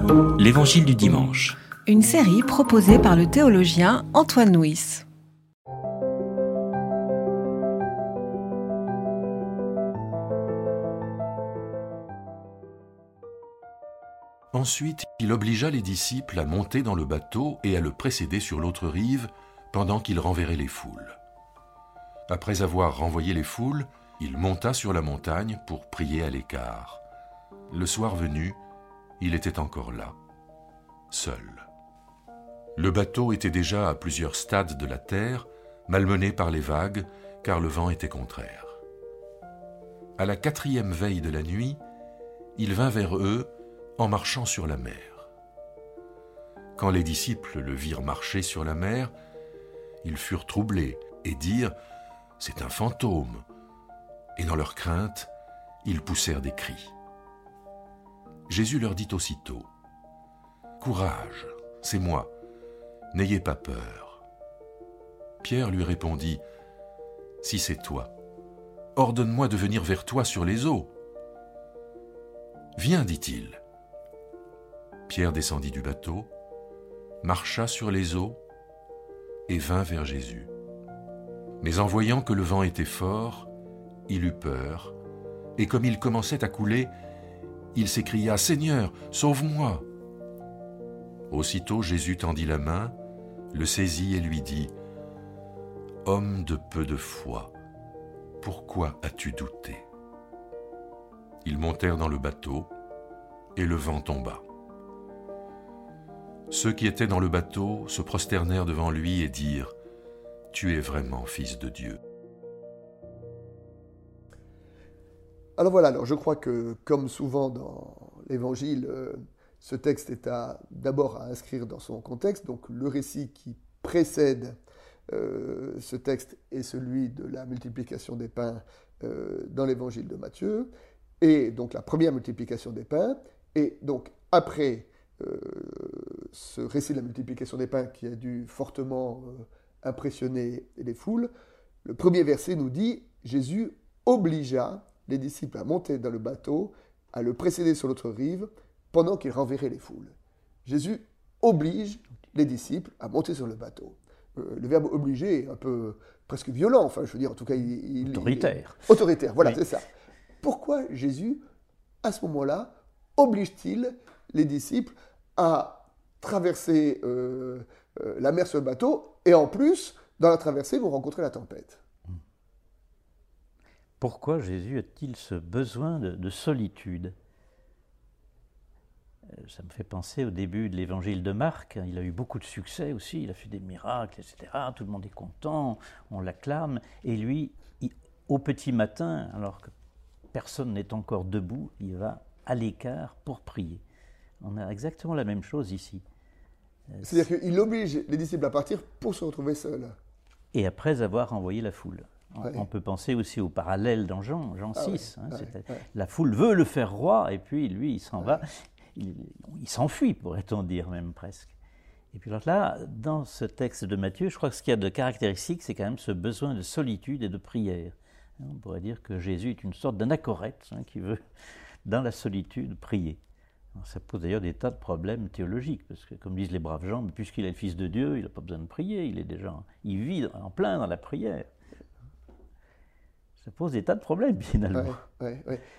L'Évangile du dimanche. Une série proposée par le théologien Antoine Nuis. Ensuite, il obligea les disciples à monter dans le bateau et à le précéder sur l'autre rive pendant qu'il renverrait les foules. Après avoir renvoyé les foules, il monta sur la montagne pour prier à l'écart. Le soir venu, il était encore là, seul. Le bateau était déjà à plusieurs stades de la terre, malmené par les vagues, car le vent était contraire. À la 4e veille de la nuit, il vint vers eux en marchant sur la mer. Quand les disciples le virent marcher sur la mer, ils furent troublés et dirent « C'est un fantôme !» Et dans leur crainte, ils poussèrent des cris. Jésus leur dit aussitôt « Courage, c'est moi, n'ayez pas peur. » Pierre lui répondit « Si c'est toi, ordonne-moi de venir vers toi sur les eaux. » « Viens, dit-il. » Pierre descendit du bateau, marcha sur les eaux et vint vers Jésus. Mais en voyant que le vent était fort, il eut peur, et comme il commençait à couler, il s'écria « Seigneur, sauve-moi !» Aussitôt Jésus tendit la main, le saisit et lui dit « Homme de peu de foi, pourquoi as-tu douté ?» Ils montèrent dans le bateau, et le vent tomba. Ceux qui étaient dans le bateau se prosternèrent devant lui et dirent « Tu es vraiment Fils de Dieu. » Alors voilà, je crois que, comme souvent dans l'Évangile, ce texte est d'abord à inscrire dans son contexte. Donc le récit qui précède ce texte est celui de la multiplication des pains dans l'Évangile de Matthieu, et donc la première multiplication des pains, et donc après ce récit de la multiplication des pains qui a dû fortement impressionner les foules, le premier verset nous dit « Jésus obligea les disciples à monter dans le bateau, à le précéder sur l'autre rive, pendant qu'il renverrait les foules. » Jésus oblige les disciples à monter sur le bateau. Le verbe « obliger » est un peu presque violent, enfin je veux dire, en tout cas... Autoritaire. Autoritaire, voilà, oui. C'est ça. Pourquoi Jésus, à ce moment-là, oblige-t-il les disciples à traverser la mer sur le bateau, et en plus, dans la traversée, vont rencontrer la tempête? Pourquoi Jésus a-t-il ce besoin de solitude? Ça me fait penser au début de l'évangile de Marc. Il a eu beaucoup de succès aussi, il a fait des miracles, etc. Tout le monde est content, on l'acclame. Et lui, au petit matin, alors que personne n'est encore debout, il va à l'écart pour prier. On a exactement la même chose ici. C'est-à-dire qu'il oblige les disciples à partir pour se retrouver seuls. Et après avoir envoyé la foule. Ouais. On peut penser aussi au parallèle dans Jean 6. Ouais. La foule veut le faire roi, et puis lui, il s'en va. Il s'enfuit, pourrait-on dire même presque. Et puis alors là, dans ce texte de Matthieu, je crois que ce qu'il y a de caractéristique, c'est quand même ce besoin de solitude et de prière. On pourrait dire que Jésus est une sorte d'anachorète qui veut, dans la solitude, prier. Alors ça pose d'ailleurs des tas de problèmes théologiques, parce que comme disent les braves gens, puisqu'il est le Fils de Dieu, il n'a pas besoin de prier, il vit en plein dans la prière. Ça pose des tas de problèmes, finalement. Ouais.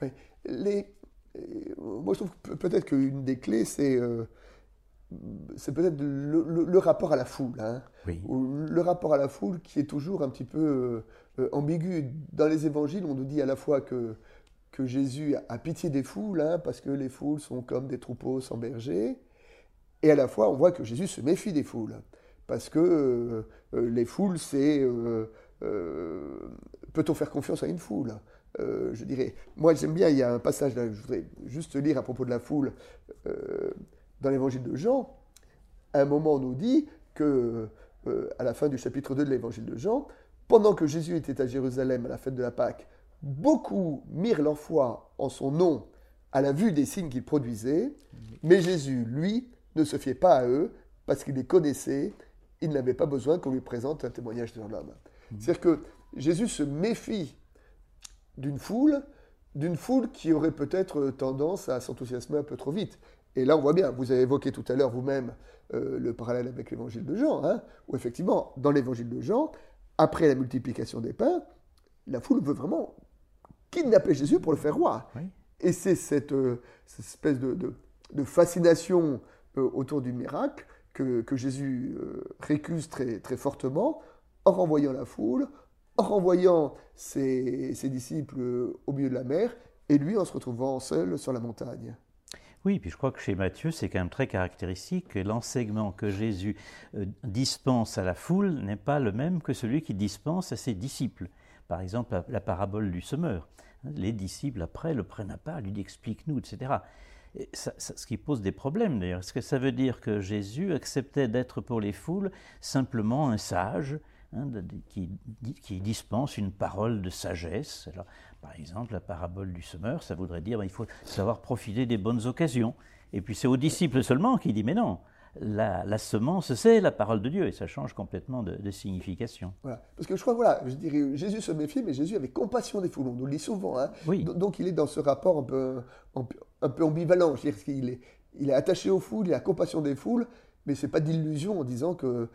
Moi, je trouve que peut-être qu'une des clés, c'est peut-être le rapport à la foule. Oui. Le rapport à la foule qui est toujours un petit peu ambigu. Dans les évangiles, on nous dit à la fois que Jésus a pitié des foules, parce que les foules sont comme des troupeaux sans berger, et à la fois, on voit que Jésus se méfie des foules, parce que les foules, c'est... peut-on faire confiance à une foule? Je dirais, moi j'aime bien, il y a un passage, là, je voudrais juste lire à propos de la foule, dans l'évangile de Jean. À un moment, on nous dit que, à la fin du chapitre 2 de l'évangile de Jean, pendant que Jésus était à Jérusalem à la fête de la Pâque, beaucoup mirent leur foi en son nom à la vue des signes qu'il produisait, mais Jésus, lui, ne se fiait pas à eux, parce qu'il les connaissait, il n'avait pas besoin qu'on lui présente un témoignage sur l'homme. C'est-à-dire que Jésus se méfie d'une foule d'une foule qui aurait peut-être tendance à s'enthousiasmer un peu trop vite. Et là, on voit bien, vous avez évoqué tout à l'heure vous-même le parallèle avec l'évangile de Jean, hein, où effectivement, dans l'évangile de Jean, après la multiplication des pains, la foule veut vraiment kidnapper Jésus pour le faire roi. Oui. Et c'est cette espèce de fascination autour du miracle que Jésus récuse très, très fortement en renvoyant la foule, en renvoyant ses disciples au milieu de la mer, et lui en se retrouvant seul sur la montagne. Oui, puis je crois que chez Matthieu, c'est quand même très caractéristique que l'enseignement que Jésus dispense à la foule n'est pas le même que celui qu'il dispense à ses disciples. Par exemple, la parabole du semeur. Les disciples, après, le prennent à part, lui disent « explique-nous », etc. Et ce qui pose des problèmes, d'ailleurs. Est-ce que ça veut dire que Jésus acceptait d'être pour les foules simplement un sage, qui dispense une parole de sagesse? Alors, par exemple, la parabole du semeur, ça voudrait dire il faut savoir profiter des bonnes occasions. Et puis c'est aux disciples seulement qui dit mais non, la semence, c'est la parole de Dieu, et ça change complètement de signification. Voilà. Parce que je crois, voilà, je dirais, Jésus se méfie, mais Jésus avait compassion des foules, on nous le dit souvent. Hein. Oui. Donc il est dans ce rapport un peu ambivalent. Je veux dire qu'il il est attaché aux foules, il a compassion des foules, mais ce n'est pas d'illusion en disant que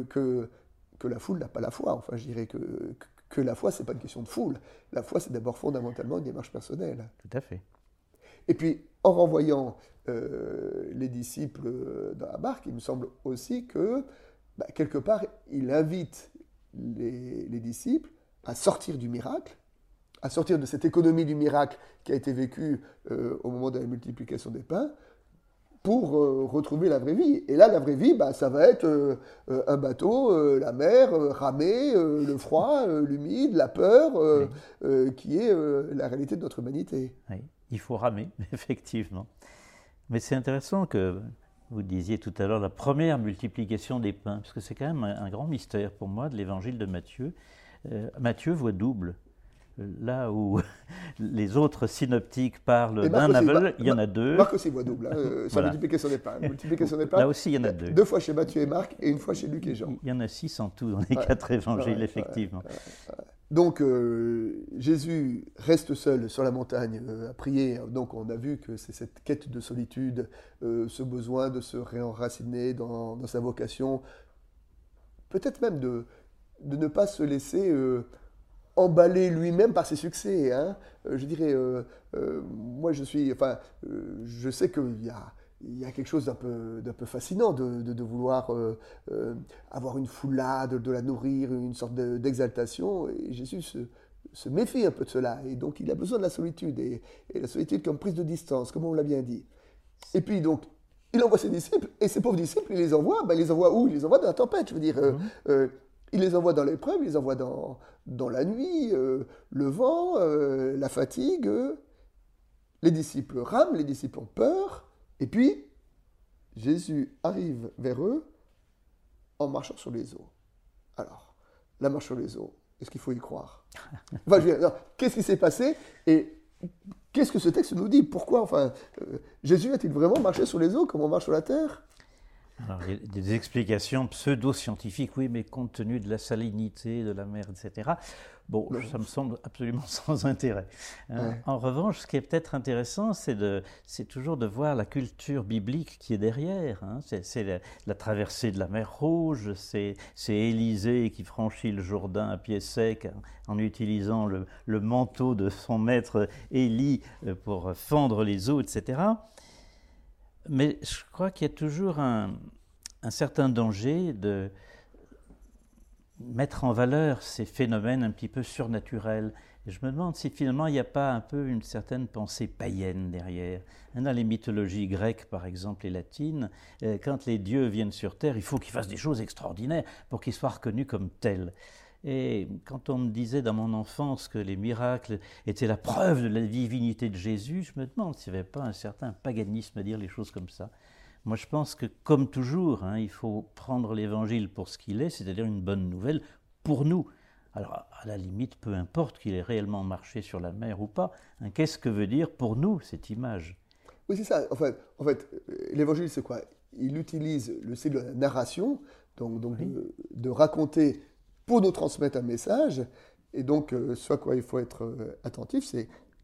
la foule n'a pas la foi. Enfin, je dirais que la foi, ce n'est pas une question de foule. La foi, c'est d'abord fondamentalement une démarche personnelle. Tout à fait. Et puis, en renvoyant les disciples dans la barque, il me semble aussi que, quelque part, il invite les disciples à sortir du miracle, à sortir de cette économie du miracle qui a été vécue au moment de la multiplication des pains, pour retrouver la vraie vie. Et là, la vraie vie, ça va être un bateau, la mer, ramer, le froid, l'humide, la peur, qui est la réalité de notre humanité. Oui, il faut ramer, effectivement. Mais c'est intéressant que vous disiez tout à l'heure la première multiplication des pains, parce que c'est quand même un grand mystère pour moi de l'évangile de Matthieu. Matthieu voit double. Là où les autres synoptiques parlent d'un aveugle, il y en a deux. Marc aussi voit double, sur la multiplication des pains. Là aussi, il y en a deux. 2 fois chez Matthieu et Marc, et 1 fois chez Luc et Jean. Il y en a 6 en tout dans les 4 évangiles, effectivement. Donc, Jésus reste seul sur la montagne à prier. Donc, on a vu que c'est cette quête de solitude, ce besoin de se réenraciner dans sa vocation, peut-être même de ne pas se laisser emballé lui-même par ses succès. Hein. Je dirais, moi je sais qu'il y a quelque chose d'un peu fascinant de vouloir avoir une foulade, de la nourrir, une sorte d'exaltation. Et Jésus se méfie un peu de cela. Et donc il a besoin de la solitude. Et la solitude comme prise de distance, comme on l'a bien dit. Et puis donc, il envoie ses disciples. Et ces pauvres disciples, il les envoie où? Il les envoie dans la tempête. Je veux dire, il les envoie dans l'épreuve, il les envoie dans la nuit, le vent, la fatigue. Les disciples rament, les disciples ont peur. Et puis, Jésus arrive vers eux en marchant sur les eaux. Alors, la marche sur les eaux, est-ce qu'il faut y croire? Enfin, qu'est-ce qui s'est passé et qu'est-ce que ce texte nous dit? Pourquoi Jésus a-t-il vraiment marché sur les eaux comme on marche sur la terre? Alors, il y a des explications pseudo-scientifiques, oui, mais compte tenu de la salinité de la mer, etc. Bon, ça me semble absolument sans intérêt. Ouais. En revanche, ce qui est peut-être intéressant, c'est toujours de voir la culture biblique qui est derrière. Hein. C'est la traversée de la mer Rouge, c'est Élisée qui franchit le Jourdain à pied sec en utilisant le manteau de son maître Élie pour fendre les eaux, etc. Mais je crois qu'il y a toujours un certain danger de mettre en valeur ces phénomènes un petit peu surnaturels. Et je me demande si finalement il n'y a pas un peu une certaine pensée païenne derrière. Dans les mythologies grecques, par exemple, et latines, quand les dieux viennent sur Terre, il faut qu'ils fassent des choses extraordinaires pour qu'ils soient reconnus comme tels. Et quand on me disait dans mon enfance que les miracles étaient la preuve de la divinité de Jésus, je me demande s'il n'y avait pas un certain paganisme à dire les choses comme ça. Moi, je pense que, comme toujours, il faut prendre l'Évangile pour ce qu'il est, c'est-à-dire une bonne nouvelle pour nous. Alors, à la limite, peu importe qu'il ait réellement marché sur la mer ou pas, qu'est-ce que veut dire pour nous cette image? Oui, c'est ça. En fait, l'Évangile, c'est quoi? Il utilise le style de la narration, donc oui, de raconter pour nous transmettre un message. Et donc, ce à quoi il faut être attentif, c'est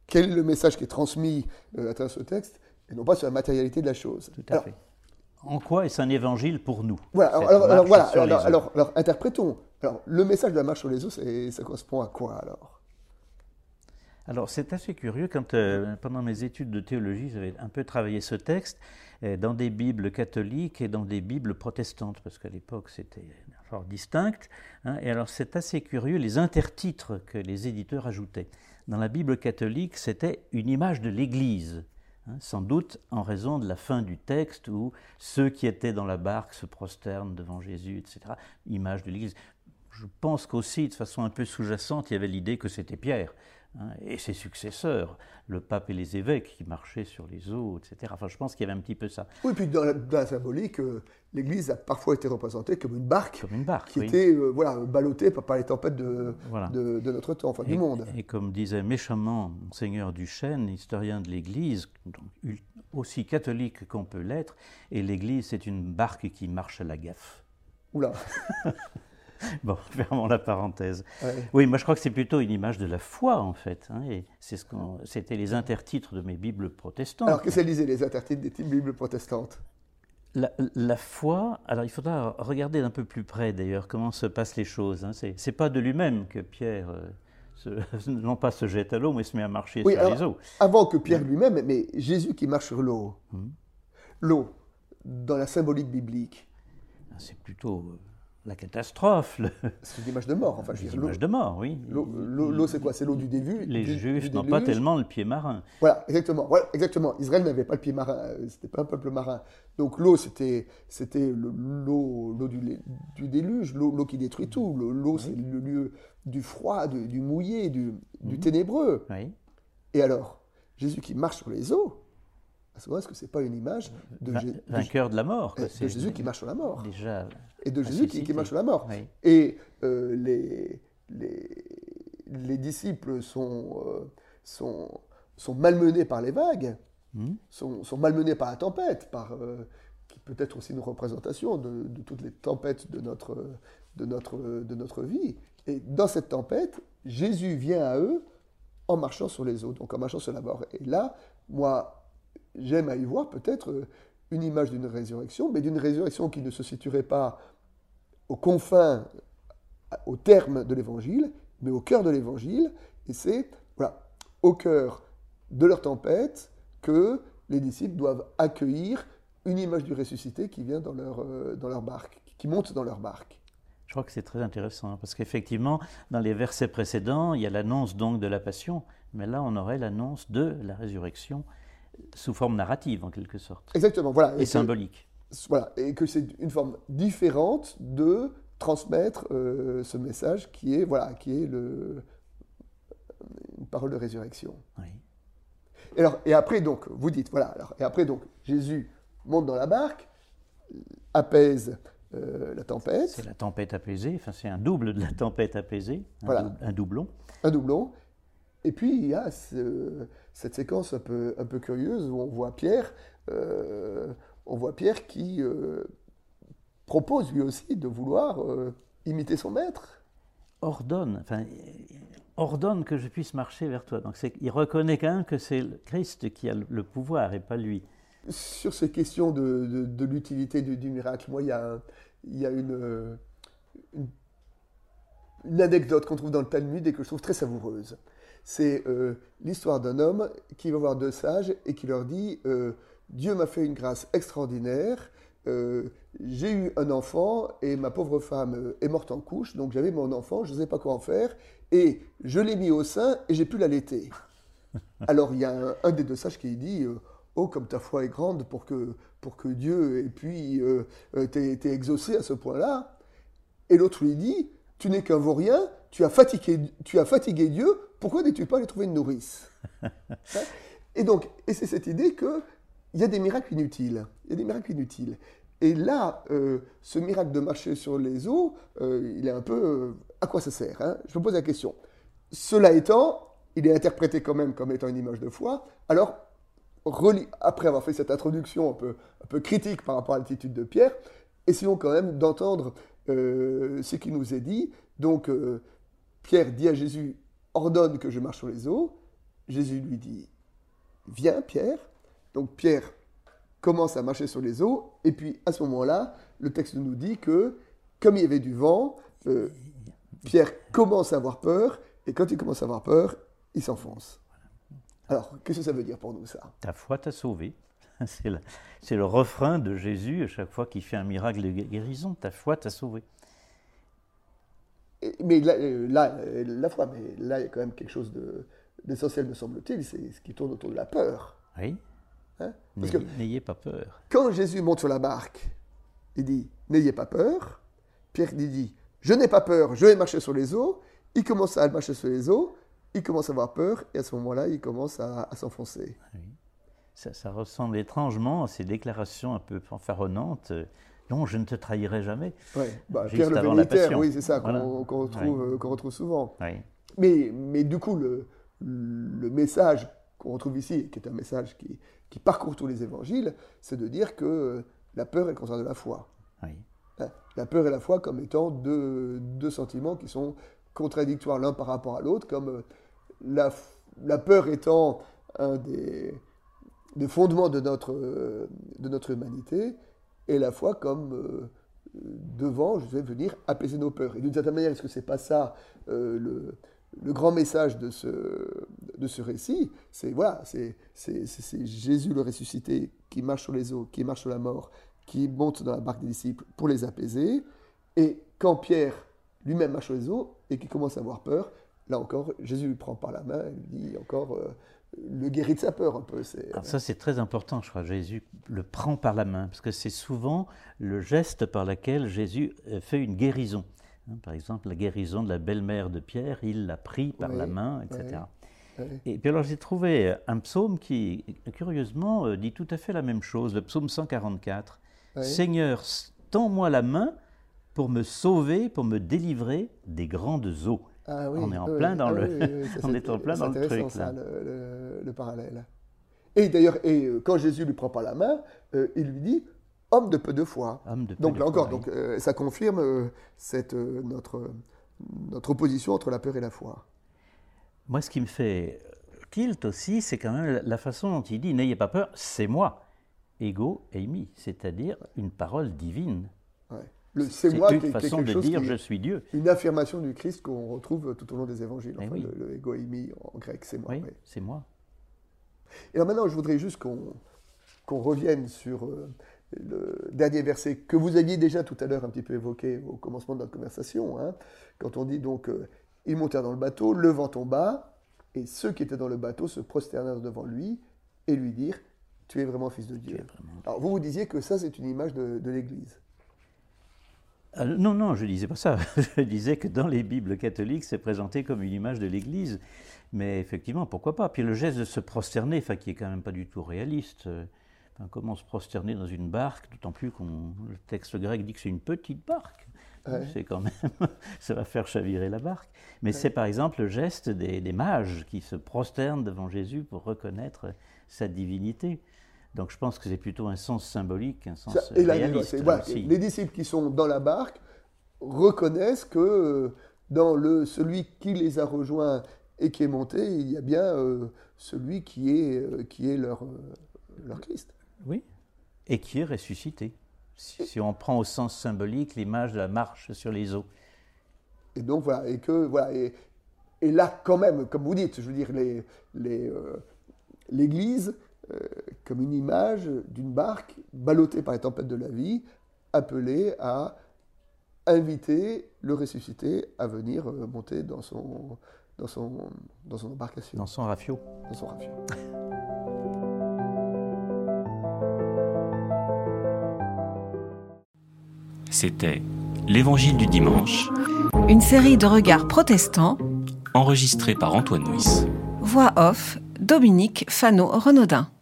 quel est le message qui est transmis à travers ce texte, et non pas sur la matérialité de la chose. Tout à fait. En quoi est-ce un évangile pour nous? Voilà, alors, interprétons. Alors, le message de la marche sur les eaux, ça correspond à quoi alors? Alors, c'est assez curieux, quand pendant mes études de théologie, j'avais un peu travaillé ce texte dans des Bibles catholiques et dans des Bibles protestantes, parce qu'à l'époque, c'était fort distinct. Et alors, c'est assez curieux, les intertitres que les éditeurs ajoutaient. Dans la Bible catholique, c'était une image de l'Église. Sans doute en raison de la fin du texte où ceux qui étaient dans la barque se prosternent devant Jésus, etc. Image de l'Église. Je pense qu'aussi, de façon un peu sous-jacente, il y avait l'idée que c'était Pierre et ses successeurs, le pape et les évêques qui marchaient sur les eaux, etc. Enfin, je pense qu'il y avait un petit peu ça. Oui, puis dans la symbolique, l'Église a parfois été représentée comme une barque qui oui. était ballottée par les tempêtes de notre temps, du monde. Et comme disait méchamment Monseigneur Duchesne, historien de l'Église, donc aussi catholique qu'on peut l'être, et l'Église c'est une barque qui marche à la gaffe. Oula. Bon, fermons la parenthèse. Ouais. Oui, moi je crois que c'est plutôt une image de la foi en fait. Et c'était les intertitres de mes Bibles protestantes. Alors qu'est-ce qu'elles disaient les intertitres des Bibles protestantes? La foi, alors il faudra regarder d'un peu plus près d'ailleurs comment se passent les choses. C'est pas de lui-même que Pierre, non pas se jette à l'eau, mais se met à marcher sur les eaux. Avant que Pierre lui-même, mais Jésus qui marche sur l'eau. L'eau, dans la symbolique biblique. C'est plutôt la catastrophe. C'est une image de mort. Une image de mort, oui. L'eau, c'est quoi? C'est l'eau du début. Les Juifs n'ont pas tellement le pied marin. Voilà, exactement. Israël n'avait pas le pied marin. C'était pas un peuple marin. Donc l'eau, c'était l'eau du déluge, l'eau qui détruit tout. L'eau, c'est le lieu du froid, du mouillé, du ténébreux. Oui. Et alors, Jésus qui marche sur les eaux, est-ce que ce n'est pas une image de vainqueur de la mort, de Jésus qui marche sur la mort. Déjà. Et de Jésus qui marche sur la mort. Oui. Et les disciples sont malmenés par les vagues, sont malmenés par la tempête, qui peut être aussi une représentation de toutes les tempêtes de notre vie. Et dans cette tempête, Jésus vient à eux en marchant sur les eaux, donc en marchant sur la mort. Et là, moi, j'aime à y voir peut-être une image d'une résurrection, mais d'une résurrection qui ne se situerait pas aux confins, au terme de l'Évangile, mais au cœur de l'Évangile. Et c'est au cœur de leur tempête que les disciples doivent accueillir une image du ressuscité qui vient dans leur barque, qui monte dans leur barque. Je crois que c'est très intéressant, parce qu'effectivement, dans les versets précédents, il y a l'annonce donc de la passion, mais là, on aurait l'annonce de la résurrection sous forme narrative, en quelque sorte. Exactement, voilà. Et symbolique. Voilà, et que c'est une forme différente de transmettre ce message qui est une parole de résurrection. Oui. Et après, donc, vous dites, Jésus monte dans la barque, apaise la tempête. C'est la tempête apaisée, c'est un double de la tempête apaisée, un doublon. Un doublon. Et puis, il y a cette séquence un peu curieuse où on voit Pierre qui propose lui aussi de vouloir imiter son maître. Ordonne que je puisse marcher vers toi. Donc il reconnaît quand même que c'est le Christ qui a le pouvoir et pas lui. Sur ces questions de l'utilité du miracle, moi, il y a une anecdote qu'on trouve dans le Talmud et que je trouve très savoureuse. C'est l'histoire d'un homme qui va voir deux sages et qui leur dit Dieu m'a fait une grâce extraordinaire, j'ai eu un enfant et ma pauvre femme est morte en couche, donc j'avais mon enfant, je ne sais pas quoi en faire, et je l'ai mis au sein et j'ai pu l'allaiter. Alors il y a un des deux sages qui dit Oh, comme ta foi est grande pour que Dieu ait pu t'ait exaucé à ce point-là. Et l'autre lui dit Tu n'es qu'un vaurien, tu as fatigué Dieu, pourquoi n'es-tu pas allé trouver une nourrice? Et c'est cette idée qu'il y a des miracles inutiles. Et là, ce miracle de marcher sur les eaux, il est un peu... à quoi ça sert, hein? Je me pose la question. Cela étant, il est interprété quand même comme étant une image de foi. Alors, après avoir fait cette introduction un peu critique par rapport à l'attitude de Pierre, essayons quand même d'entendre ce qui nous est dit. Donc, Pierre dit à Jésus, ordonne que je marche sur les eaux. Jésus lui dit « Viens, Pierre ». Donc Pierre commence à marcher sur les eaux, et puis à ce moment-là, le texte nous dit que, comme il y avait du vent, Pierre commence à avoir peur, et quand il commence à avoir peur, il s'enfonce. Alors, qu'est-ce que ça veut dire pour nous, ça ? Ta foi t'a sauvé. C'est le refrain de Jésus à chaque fois qu'il fait un miracle de guérison. Ta foi t'a sauvé. Mais la foi, mais là, il y a quand même quelque chose d'essentiel, me semble-t-il, c'est ce qui tourne autour de la peur. Oui. Hein ? N'ayez pas peur. Quand Jésus monte sur la barque, il dit « N'ayez pas peur ». Pierre lui dit « Je n'ai pas peur, je vais marcher sur les eaux ». Il commence à marcher sur les eaux, il commence à avoir peur, et à ce moment-là, il commence à s'enfoncer. Oui. Ça ressemble étrangement à ces déclarations un peu fanfaronnantes. Non, je ne te trahirai jamais. Ouais. Pierre le Vénitaire, oui, c'est ça qu'on retrouve souvent. Oui. Mais du coup, le message qu'on retrouve ici, qui est un message qui parcourt tous les évangiles, c'est de dire que la peur est le contraire de la foi. Oui. La peur et la foi comme étant deux sentiments qui sont contradictoires l'un par rapport à l'autre, comme la peur étant un des fondements de notre humanité, et la foi comme devant, je vais venir apaiser nos peurs. Et d'une certaine manière, est-ce que c'est pas ça le grand message de ce récit? C'est Jésus le ressuscité qui marche sur les eaux, qui marche sur la mort, qui monte dans la barque des disciples pour les apaiser. Et quand Pierre lui-même marche sur les eaux et qui commence à avoir peur, là encore, Jésus lui prend par la main et lui dit encore, le guérit de sa peur un peu. Alors ça, c'est très important, je crois. Jésus le prend par la main, parce que c'est souvent le geste par lequel Jésus fait une guérison. Par exemple, la guérison de la belle-mère de Pierre, il l'a pris par la main, etc. Et puis alors j'ai trouvé un psaume qui, curieusement, dit tout à fait la même chose, le psaume 144. Seigneur, tends-moi la main pour me sauver, pour me délivrer des grandes eaux. Ah oui, on est en plein dans le, on est en plein dans le truc. Ça, le parallèle. Et d'ailleurs, quand Jésus lui prend par la main, il lui dit homme de peu de foi. Donc là encore, ça confirme notre opposition entre la peur et la foi. Moi, ce qui me fait tilt aussi, c'est quand même la façon dont il dit n'ayez pas peur, c'est moi. Ego eimi, c'est-à-dire une parole divine. Ouais. C'est une façon de dire je suis Dieu. Une affirmation du Christ qu'on retrouve tout au long des évangiles. Enfin, oui. Le ego eimi en grec, c'est moi. Oui, c'est moi. Et alors maintenant, je voudrais juste qu'on revienne sur le dernier verset que vous aviez déjà tout à l'heure un petit peu évoqué au commencement de notre conversation. Quand on dit donc ils montèrent dans le bateau, le vent tomba, et ceux qui étaient dans le bateau se prosternèrent devant lui et lui dirent tu es vraiment fils de Dieu. Alors vous disiez que ça c'est une image de l'Église. Non, je ne disais pas ça. Je disais que dans les Bibles catholiques, c'est présenté comme une image de l'Église. Mais effectivement, pourquoi pas. Puis le geste de se prosterner, qui est quand même pas du tout réaliste. Comment se prosterner dans une barque, d'autant plus que le texte grec dit que c'est une petite barque. Ouais. C'est quand même, ça va faire chavirer la barque. Mais c'est par exemple le geste des mages qui se prosternent devant Jésus pour reconnaître sa divinité. Donc je pense que c'est plutôt un sens symbolique, un sens réaliste. Les disciples qui sont dans la barque reconnaissent que dans celui qui les a rejoints et qui est monté, il y a bien celui qui est leur Christ. Oui, et qui est ressuscité. Si on prend au sens symbolique l'image de la marche sur les eaux. Et donc voilà, et là quand même, comme vous dites, je veux dire, l'Église comme une image d'une barque ballottée par les tempêtes de la vie, appelée à inviter le ressuscité à venir monter dans son embarcation. Dans son rafiot. Dans son rafiot. C'était l'Évangile du dimanche. Une série de regards protestants. Enregistrée par Antoine Nuis. Voix off, Dominique Fano-Renaudin.